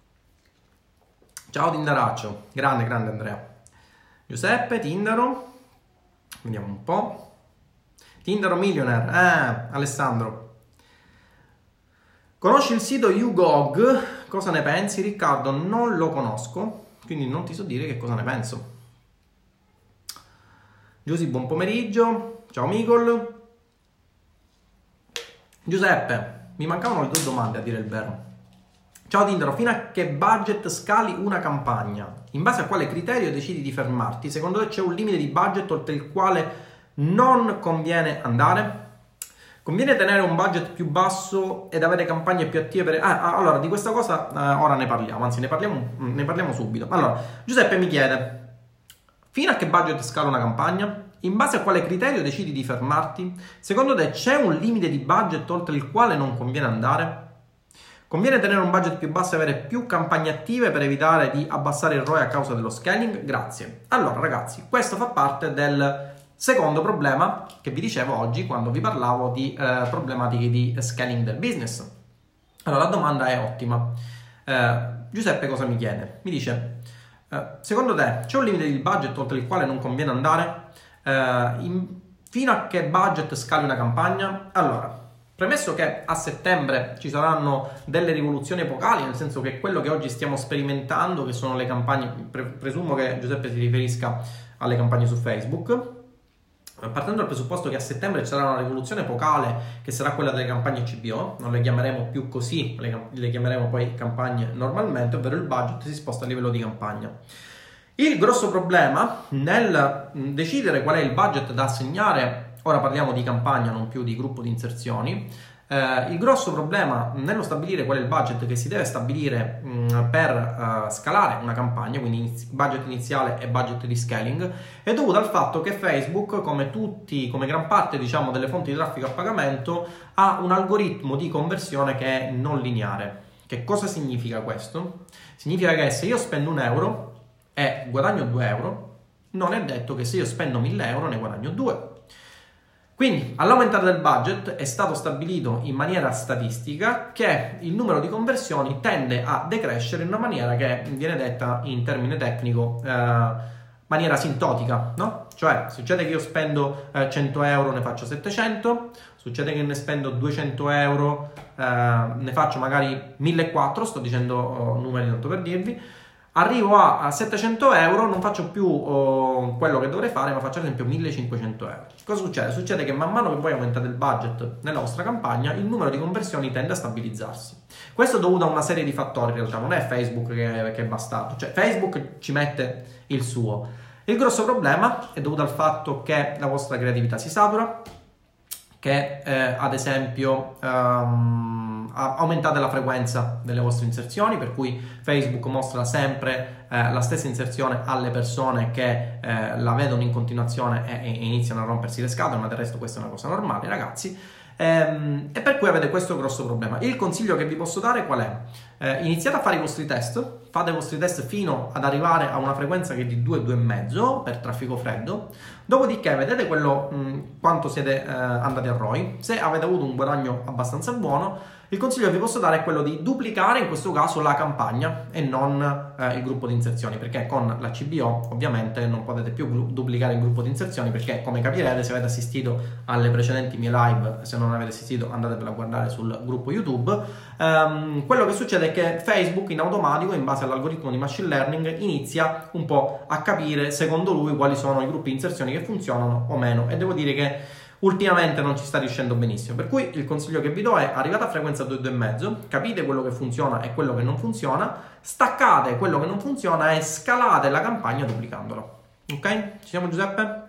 Ciao Tindaraccio, grande Andrea. Giuseppe, Tindaro, vediamo un po'. Tindaro Millionaire, Alessandro. Conosci il sito YouGog? Cosa ne pensi? Riccardo, non lo conosco, quindi non ti so dire che cosa ne penso. Giusy, buon pomeriggio. Ciao Micol. Giuseppe, mi mancavano le 2 domande a dire il vero. Ciao Tindaro, fino a che budget scali una campagna? In base a quale criterio decidi di fermarti? Secondo te c'è un limite di budget oltre il quale non conviene andare? Conviene tenere un budget più basso ed avere campagne più attive? Allora, di questa cosa ora ne parliamo, anzi ne parliamo subito. Allora, Giuseppe mi chiede, fino a che budget scala una campagna? In base a quale criterio decidi di fermarti? Secondo te c'è un limite di budget oltre il quale non conviene andare? Conviene tenere un budget più basso e avere più campagne attive per evitare di abbassare il ROI a causa dello scaling? Grazie. Allora ragazzi, questo fa parte del secondo problema che vi dicevo oggi quando vi parlavo di problematiche di scaling del business. Allora, la domanda è ottima. Giuseppe cosa mi chiede? Mi dice, secondo te c'è un limite di budget oltre il quale non conviene andare? Fino a che budget scali una campagna? Allora, premesso che a settembre ci saranno delle rivoluzioni epocali, nel senso che quello che oggi stiamo sperimentando, che sono le campagne, presumo che Giuseppe si riferisca alle campagne su Facebook, partendo dal presupposto che a settembre ci sarà una rivoluzione epocale che sarà quella delle campagne CBO, non le chiameremo più così, le chiameremo poi campagne normalmente, ovvero il budget si sposta a livello di campagna. Il grosso problema nel decidere qual è il budget da assegnare, ora parliamo di campagna, non più di gruppo di inserzioni, il grosso problema nello stabilire qual è il budget che si deve stabilire per scalare una campagna, quindi budget iniziale e budget di scaling, è dovuto al fatto che Facebook, come gran parte diciamo delle fonti di traffico a pagamento, ha un algoritmo di conversione che è non lineare. Che cosa significa questo? Significa che se io spendo €1 e guadagno €2, non è detto che se io spendo €1.000 ne guadagno 2. Quindi, all'aumentare del budget è stato stabilito in maniera statistica che il numero di conversioni tende a decrescere in una maniera che viene detta in termine tecnico maniera asintotica, no? Cioè, succede che io spendo €100, ne faccio 700, succede che ne spendo €200, ne faccio magari 1.400, sto dicendo numeri tanto per dirvi. Arrivo a €700, non faccio più quello che dovrei fare, ma faccio ad esempio €1.500. Cosa succede? Succede che man mano che voi aumentate il budget nella vostra campagna, il numero di conversioni tende a stabilizzarsi. Questo è dovuto a una serie di fattori, in realtà non è Facebook che è bastato, cioè Facebook ci mette il suo. Il grosso problema è dovuto al fatto che la vostra creatività si satura, che ad esempio aumentate la frequenza delle vostre inserzioni, per cui Facebook mostra sempre la stessa inserzione alle persone che la vedono in continuazione e iniziano a rompersi le scatole, ma del resto questa è una cosa normale, ragazzi. E per cui avete questo grosso problema. Il consiglio che vi posso dare qual è? Iniziate a fare i vostri test, fate i vostri test fino ad arrivare a una frequenza che è di 2-2,5 per traffico freddo, dopodiché vedete quanto siete andati a ROI. Se avete avuto un guadagno abbastanza buono, il consiglio che vi posso dare è quello di duplicare in questo caso la campagna e non il gruppo di inserzioni, perché con la CBO ovviamente non potete più duplicare il gruppo di inserzioni, perché come capirete, se avete assistito alle precedenti mie live, se non avete assistito andatevela a guardare sul gruppo YouTube, quello che succede è che Facebook in automatico, in base all'algoritmo di machine learning, inizia un po' a capire secondo lui quali sono i gruppi di inserzioni che funzionano o meno, e devo dire che ultimamente non ci sta riuscendo benissimo, per cui il consiglio che vi do è: arrivate a frequenza 2,5, capite quello che funziona e quello che non funziona, staccate quello che non funziona e scalate la campagna duplicandolo. Ok? Ci siamo, Giuseppe?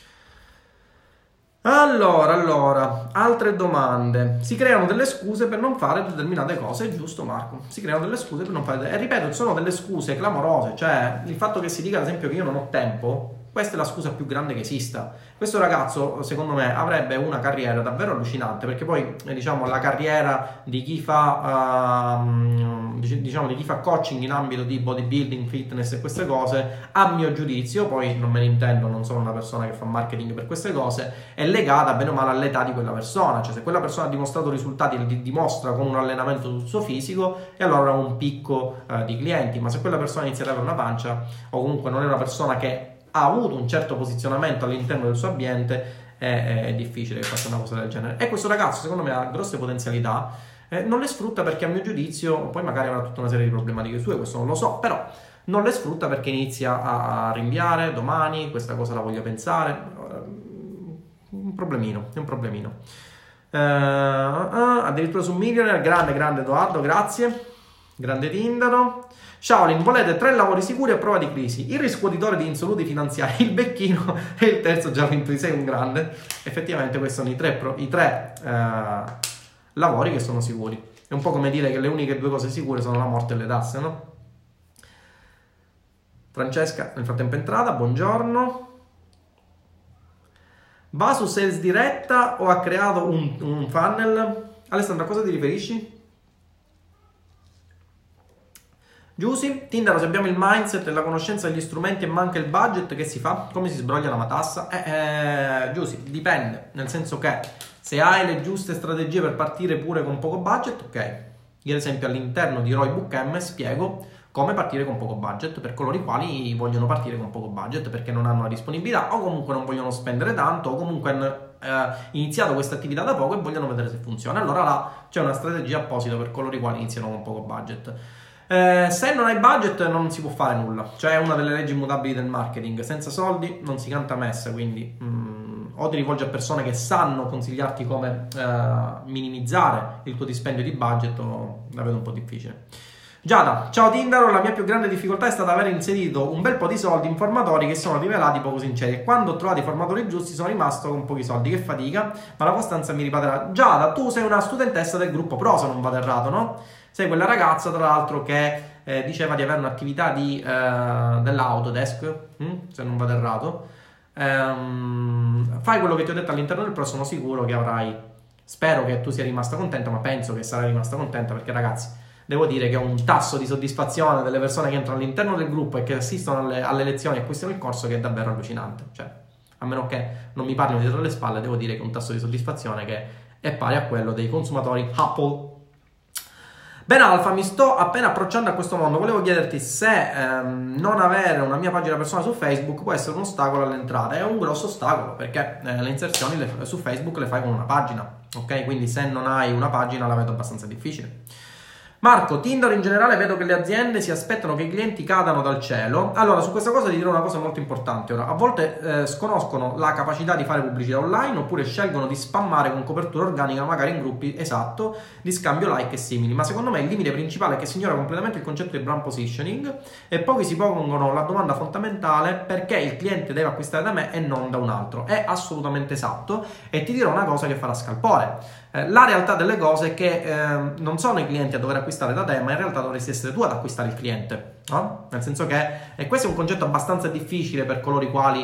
Allora, altre domande. Si creano delle scuse per non fare determinate cose, giusto Marco? Si creano delle scuse per non fare, e ripeto, sono delle scuse clamorose, cioè il fatto che si dica ad esempio che io non ho tempo, questa è la scusa più grande che esista. Questo ragazzo, secondo me, avrebbe una carriera davvero allucinante, perché poi, diciamo, la carriera di chi fa, di chi fa coaching in ambito di bodybuilding, fitness e queste cose, a mio giudizio, poi non me ne intendo, non sono una persona che fa marketing per queste cose, è legata bene o male all'età di quella persona. Cioè, se quella persona ha dimostrato risultati e li dimostra con un allenamento sul suo fisico, e allora ha un picco di clienti, ma se quella persona inizia ad avere una pancia, o comunque non è una persona che ha avuto un certo posizionamento all'interno del suo ambiente, è difficile che faccia una cosa del genere. E questo ragazzo, secondo me, ha grosse potenzialità, non le sfrutta perché, a mio giudizio, poi magari avrà tutta una serie di problematiche sue, questo non lo so, però non le sfrutta perché inizia a rinviare: domani questa cosa la voglio pensare. Un problemino, è un problemino. Addirittura su Millionaire, grande Edoardo, grazie. Grande Tindaro. Shaolin, volete 3 lavori sicuri a prova di crisi: il riscuotitore di insoluti finanziari, il becchino e il terzo già vinto. Sei un grande. Effettivamente questi sono i tre lavori che sono sicuri. È un po' come dire che le uniche 2 cose sicure sono la morte e le tasse, no? Francesca nel frattempo è entrata, buongiorno. Va su Sales Diretta o ha creato un funnel? Alessandro, a cosa ti riferisci? Giusy, Tindaro, se abbiamo il mindset e la conoscenza degli strumenti e manca il budget, che si fa? Come si sbroglia la matassa? Giusy, dipende, nel senso che se hai le giuste strategie per partire pure con poco budget, ok. Io ad esempio all'interno di Roy Book M spiego come partire con poco budget per coloro i quali vogliono partire con poco budget perché non hanno la disponibilità o comunque non vogliono spendere tanto o comunque hanno iniziato questa attività da poco e vogliono vedere se funziona. Allora là c'è una strategia apposita per coloro i quali iniziano con poco budget. Se non hai budget non si può fare nulla, cioè è una delle leggi immutabili del marketing: senza soldi non si canta messa, quindi o ti rivolgi a persone che sanno consigliarti come minimizzare il tuo dispendio di budget o la vedo un po' difficile. Giada, ciao Tindaro, la mia più grande difficoltà è stata aver inserito un bel po' di soldi in formatori che sono rivelati poco sinceri e quando ho trovato i formatori giusti sono rimasto con pochi soldi, che fatica, ma la costanza mi ripaterà. Giada, tu sei una studentessa del gruppo Pro, se non vado errato, no? Sei quella ragazza, tra l'altro, che diceva di avere un'attività dell'Autodesk, se non vado errato. Fai quello che ti ho detto all'interno del Pro, sono sicuro che avrai... Spero che tu sia rimasta contenta, ma penso che sarai rimasta contenta perché, ragazzi, devo dire che ho un tasso di soddisfazione delle persone che entrano all'interno del gruppo e che assistono alle lezioni e acquistano il corso che è davvero allucinante. Cioè, a meno che non mi parlino dietro le spalle, devo dire che ho un tasso di soddisfazione che è pari a quello dei consumatori Apple. Ben Alfa, mi sto appena approcciando a questo mondo. Volevo chiederti se non avere una mia pagina personale su Facebook può essere un ostacolo all'entrata. È un grosso ostacolo perché le inserzioni su Facebook le fai con una pagina, ok? Quindi se non hai una pagina la vedo abbastanza difficile. Marco, Tinder in generale vedo che le aziende si aspettano che i clienti cadano dal cielo. Allora, su questa cosa ti dirò una cosa molto importante. Ora, a volte sconoscono la capacità di fare pubblicità online oppure scelgono di spammare con copertura organica, magari in gruppi, esatto, di scambio like e simili. Ma secondo me il limite principale è che si ignora completamente il concetto di brand positioning e pochi si pongono la domanda fondamentale: perché il cliente deve acquistare da me e non da un altro? È assolutamente esatto e ti dirò una cosa che farà scalpore. La realtà delle cose è che non sono i clienti a dover acquistare da te, ma in realtà dovresti essere tu ad acquistare il cliente, no? Nel senso che, e questo è un concetto abbastanza difficile per coloro i quali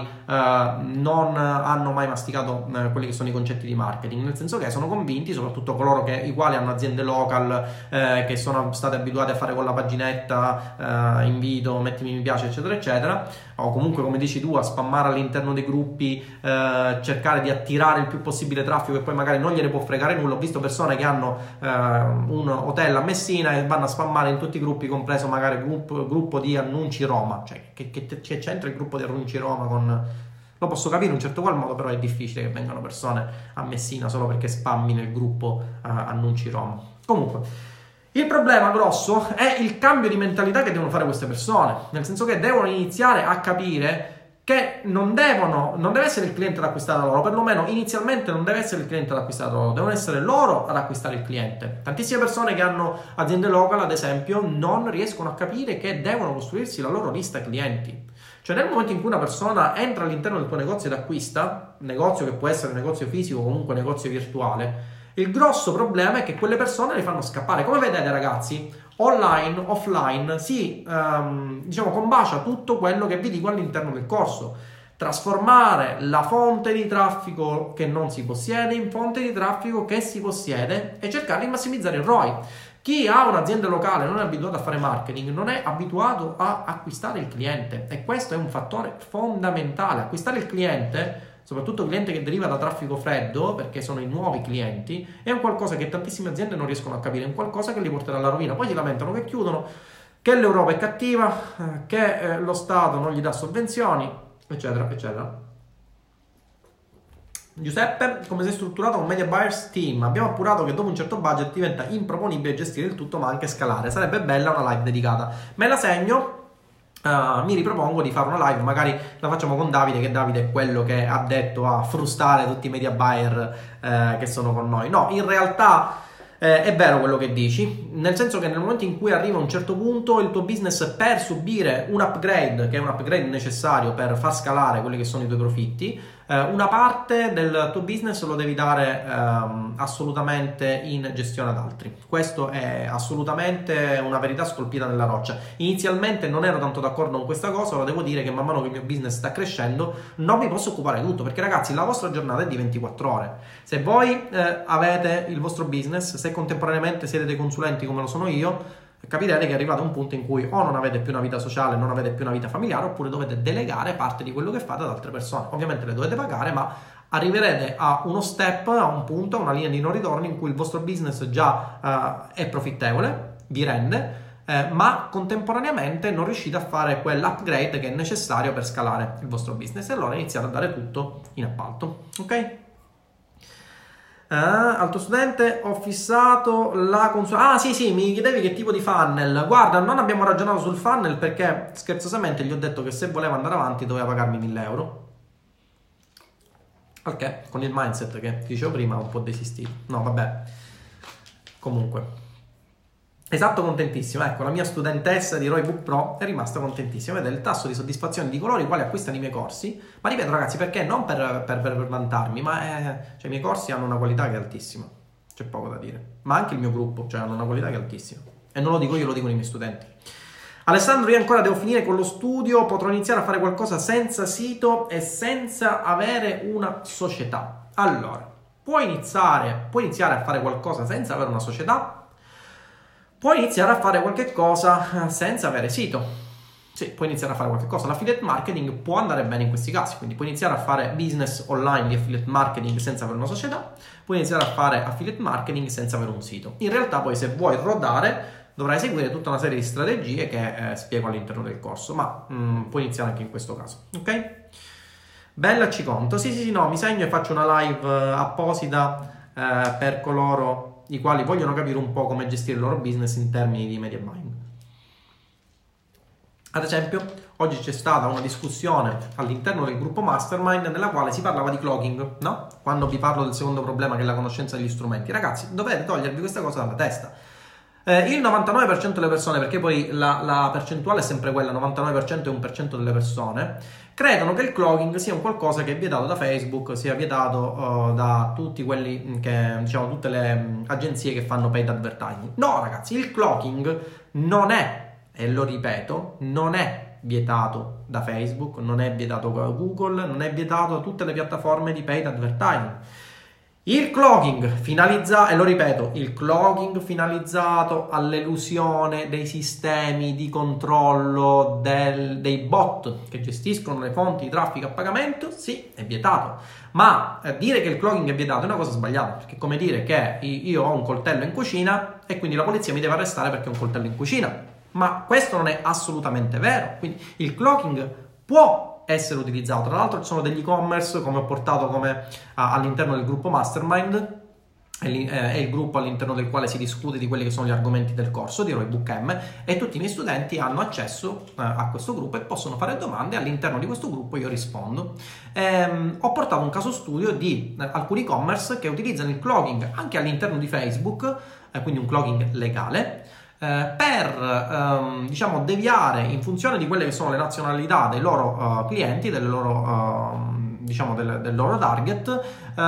non hanno mai masticato quelli che sono i concetti di marketing, nel senso che sono convinti, soprattutto coloro i quali hanno aziende local, che sono state abituate a fare con la paginetta, invito, mettimi mi piace, eccetera, eccetera, o comunque, come dici tu, a spammare all'interno dei gruppi, cercare di attirare il più possibile traffico e poi magari non gliene può fregare nulla. Ho visto persone che hanno un hotel a Messina e vanno a spammare in tutti i gruppi, compreso magari gruppo di annunci Roma. Cioè, che c'entra il gruppo di annunci Roma con... Lo posso capire in un certo qual modo, però è difficile che vengano persone a Messina solo perché spammi nel gruppo annunci Roma. Comunque, il problema grosso è il cambio di mentalità che devono fare queste persone, nel senso che devono iniziare a capire che non deve essere il cliente ad acquistare da loro, perlomeno inizialmente non deve essere il cliente ad acquistare da loro, devono essere loro ad acquistare il cliente. Tantissime persone che hanno aziende local, ad esempio, non riescono a capire che devono costruirsi la loro lista clienti. Cioè, nel momento in cui una persona entra all'interno del tuo negozio ed acquista, negozio che può essere un negozio fisico o comunque un negozio virtuale, il grosso problema è che quelle persone le fanno scappare. Come vedete, ragazzi, online, offline, diciamo, combacia tutto quello che vi dico all'interno del corso. Trasformare la fonte di traffico che non si possiede in fonte di traffico che si possiede e cercare di massimizzare il ROI. Chi ha un'azienda locale non è abituato a fare marketing, non è abituato a acquistare il cliente e questo è un fattore fondamentale. Acquistare il cliente, soprattutto cliente che deriva da traffico freddo, perché sono i nuovi clienti, è un qualcosa che tantissime aziende non riescono a capire, è un qualcosa che li porterà alla rovina. Poi si lamentano che chiudono, che l'Europa è cattiva, che lo Stato non gli dà sovvenzioni, eccetera, eccetera. Giuseppe, come sei strutturato con Media Buyers Team? Abbiamo appurato che dopo un certo budget diventa improponibile gestire il tutto ma anche scalare. Sarebbe bella una live dedicata. Me la segno. Mi ripropongo di fare una live, magari la facciamo con Davide, che Davide è quello che ha detto a frustare tutti i media buyer che sono con noi. No, in realtà è vero quello che dici, nel senso che nel momento in cui arriva a un certo punto il tuo business, per subire un upgrade, che è un upgrade necessario per far scalare quelli che sono i tuoi profitti, una parte del tuo business lo devi dare assolutamente in gestione ad altri. Questo è assolutamente una verità scolpita nella roccia. Inizialmente non ero tanto d'accordo con questa cosa, ora devo dire che man mano che il mio business sta crescendo non mi posso occupare di tutto, perché ragazzi, la vostra giornata è di 24 ore. Se voi avete il vostro business, se contemporaneamente siete dei consulenti come lo sono io, capirete che arrivate a un punto in cui o non avete più una vita sociale, non avete più una vita familiare, oppure dovete delegare parte di quello che fate ad altre persone. Ovviamente le dovete pagare, ma arriverete a uno step, a un punto, a una linea di non ritorno in cui il vostro business già è profittevole, vi rende, ma contemporaneamente non riuscite a fare quell'upgrade che è necessario per scalare il vostro business, e allora iniziate a dare tutto in appalto, ok? Alto studente, ho fissato la consulenza. Ah, sì, mi chiedevi che tipo di funnel. Guarda, non abbiamo ragionato sul funnel perché scherzosamente gli ho detto che se voleva andare avanti doveva pagarmi 1000 euro. Ok, con il mindset che ti dicevo prima ho un po' desistito. No, vabbè. Comunque. Esatto, contentissimo. Ecco, la mia studentessa di Roybook Pro è rimasta contentissima. Vede il tasso di soddisfazione di coloro i quali acquistano i miei corsi. Ma ripeto, ragazzi, perché non per vantarmi, ma cioè, i miei corsi hanno una qualità che è altissima. C'è poco da dire. Ma anche il mio gruppo, cioè, hanno una qualità che è altissima. E non lo dico io, lo dicono i miei studenti. Alessandro, io ancora devo finire con lo studio. Potrò iniziare a fare qualcosa senza sito e senza avere una società. Allora, puoi iniziare a fare qualcosa senza avere una società. Puoi iniziare a fare qualche cosa senza avere sito. Sì, puoi iniziare a fare qualche cosa. L'affiliate marketing può andare bene in questi casi, quindi puoi iniziare a fare business online di affiliate marketing senza avere una società, puoi iniziare a fare affiliate marketing senza avere un sito. In realtà poi se vuoi rodare dovrai seguire tutta una serie di strategie che spiego all'interno del corso, ma puoi iniziare anche in questo caso, ok? Bella, ci conto. Sì, no, mi segno e faccio una live apposita per coloro i quali vogliono capire un po' come gestire il loro business in termini di media buying. Ad esempio, oggi c'è stata una discussione all'interno del gruppo Mastermind nella quale si parlava di clogging, no? Quando vi parlo del secondo problema che è la conoscenza degli strumenti. Ragazzi, dovete togliervi questa cosa dalla testa. Il 99% delle persone, perché poi la percentuale è sempre quella, 99% e 1% delle persone, credono che il clogging sia un qualcosa che è vietato da Facebook, sia vietato da tutti quelli che, diciamo, tutte le agenzie che fanno paid advertising. No, ragazzi, il clogging non è, e lo ripeto, non è vietato da Facebook, non è vietato da Google, non è vietato da tutte le piattaforme di paid advertising. Il clogging finalizzato, e lo ripeto, il clogging finalizzato all'elusione dei sistemi di controllo dei bot che gestiscono le fonti di traffico a pagamento, sì, è vietato. Ma dire che il clogging è vietato è una cosa sbagliata, perché è come dire che io ho un coltello in cucina e quindi la polizia mi deve arrestare perché ho un coltello in cucina. Ma questo non è assolutamente vero. Quindi il clogging può essere utilizzato. Tra l'altro ci sono degli e-commerce, come ho portato all'interno del gruppo Mastermind, è il gruppo all'interno del quale si discute di quelli che sono gli argomenti del corso di Roybook M, e tutti i miei studenti hanno accesso a questo gruppo e possono fare domande. All'interno di questo gruppo io rispondo. Ho portato un caso studio di alcuni e-commerce che utilizzano il clogging anche all'interno di Facebook, quindi un clogging legale, per diciamo deviare in funzione di quelle che sono le nazionalità dei loro clienti, delle loro diciamo del loro target,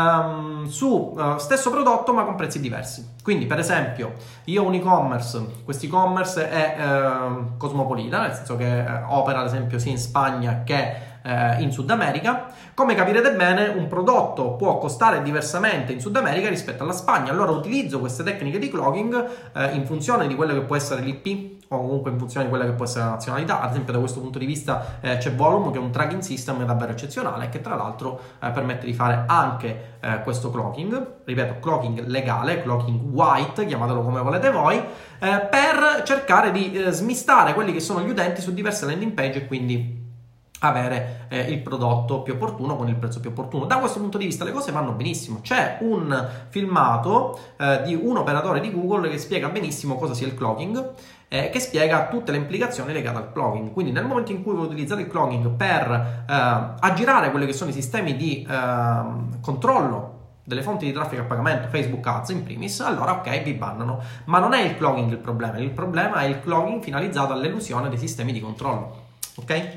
su stesso prodotto ma con prezzi diversi. Quindi per esempio io ho un e-commerce, questo e-commerce è cosmopolita, nel senso che opera ad esempio sia in Spagna che in Sud America. Come capirete bene, un prodotto può costare diversamente in Sud America rispetto alla Spagna. Allora utilizzo queste tecniche di clogging in funzione di quello che può essere l'IP, o comunque in funzione di quella che può essere la nazionalità. Ad esempio da questo punto di vista c'è Volume, che è un tracking system davvero eccezionale, che tra l'altro permette di fare anche questo clogging, ripeto, clogging legale, clogging white, chiamatelo come volete voi, per cercare di smistare quelli che sono gli utenti su diverse landing page e quindi avere il prodotto più opportuno con il prezzo più opportuno. Da questo punto di vista le cose vanno benissimo. C'è un filmato di un operatore di Google che spiega benissimo cosa sia il clogging, che spiega tutte le implicazioni legate al clogging. Quindi nel momento in cui voi utilizzate il clogging per aggirare quelli che sono i sistemi di controllo delle fonti di traffico a pagamento, Facebook Ads in primis, allora ok, vi bannano. Ma non è il clogging il problema è il clogging finalizzato all'elusione dei sistemi di controllo. Ok?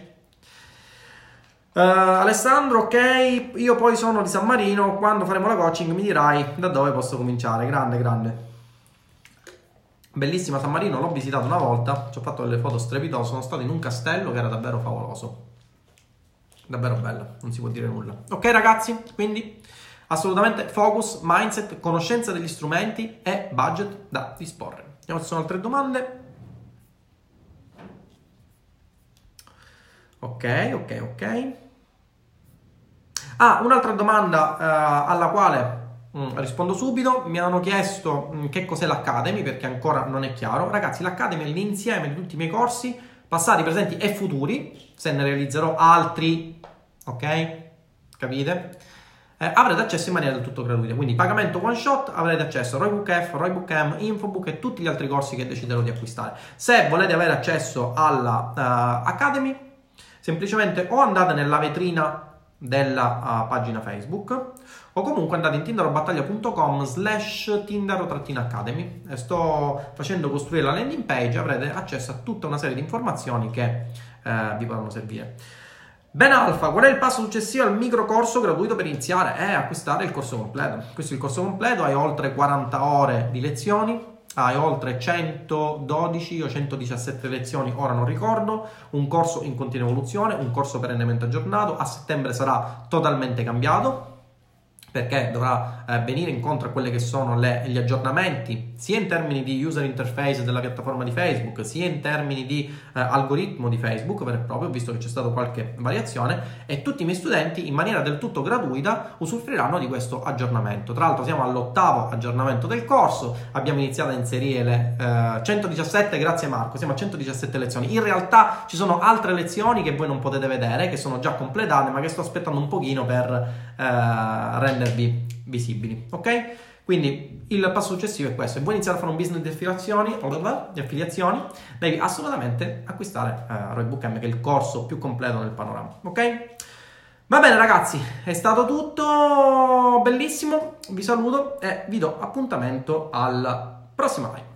Alessandro, ok, io poi sono di San Marino, quando faremo la coaching mi dirai da dove posso cominciare. Grande. Bellissima San Marino, l'ho visitato una volta, ci ho fatto delle foto strepitose, sono stato in un castello che era davvero favoloso, davvero bello, non si può dire nulla. Ok ragazzi, quindi assolutamente focus, mindset, conoscenza degli strumenti e budget da disporre. Vediamo se sono altre domande. Ok. Un'altra domanda alla quale rispondo subito. Mi hanno chiesto che cos'è l'Academy, perché ancora non è chiaro. Ragazzi, l'Academy è l'insieme di tutti i miei corsi, passati, presenti e futuri. Se ne realizzerò altri, ok? Capite? Avrete accesso in maniera del tutto gratuita, quindi pagamento one shot, avrete accesso a Roybook F, Roybook M, Infobook e tutti gli altri corsi che deciderò di acquistare. Se volete avere accesso alla Academy, semplicemente o andate nella vetrina della pagina Facebook o comunque andate in tinderobattaglia.com/tinder-academy. Sto facendo costruire la landing page, avrete accesso a tutta una serie di informazioni che vi potranno servire. Ben Alfa, qual è il passo successivo al micro corso gratuito per iniziare? Acquistare il corso completo. Questo è il corso completo, hai oltre 40 ore di lezioni, hai oltre 112 o 117 lezioni, ora non ricordo, un corso in continua evoluzione, un corso perennemente aggiornato, a settembre sarà totalmente cambiato, perché dovrà venire incontro a quelli che sono gli aggiornamenti, sia in termini di user interface della piattaforma di Facebook, sia in termini di algoritmo di Facebook vero e proprio, visto che c'è stata qualche variazione, e tutti i miei studenti in maniera del tutto gratuita usufruiranno di questo aggiornamento. Tra l'altro siamo all'8º aggiornamento del corso, abbiamo iniziato a inserire le 117, grazie Marco, siamo a 117 lezioni. In realtà ci sono altre lezioni che voi non potete vedere, che sono già completate, ma che sto aspettando un pochino per rendervi visibili, ok? Quindi il passo successivo è questo: se vuoi iniziare a fare un business di affiliazioni, devi assolutamente acquistare Roybook M, che è il corso più completo nel panorama, ok? Va bene ragazzi, è stato tutto bellissimo, vi saluto e vi do appuntamento alla prossima live.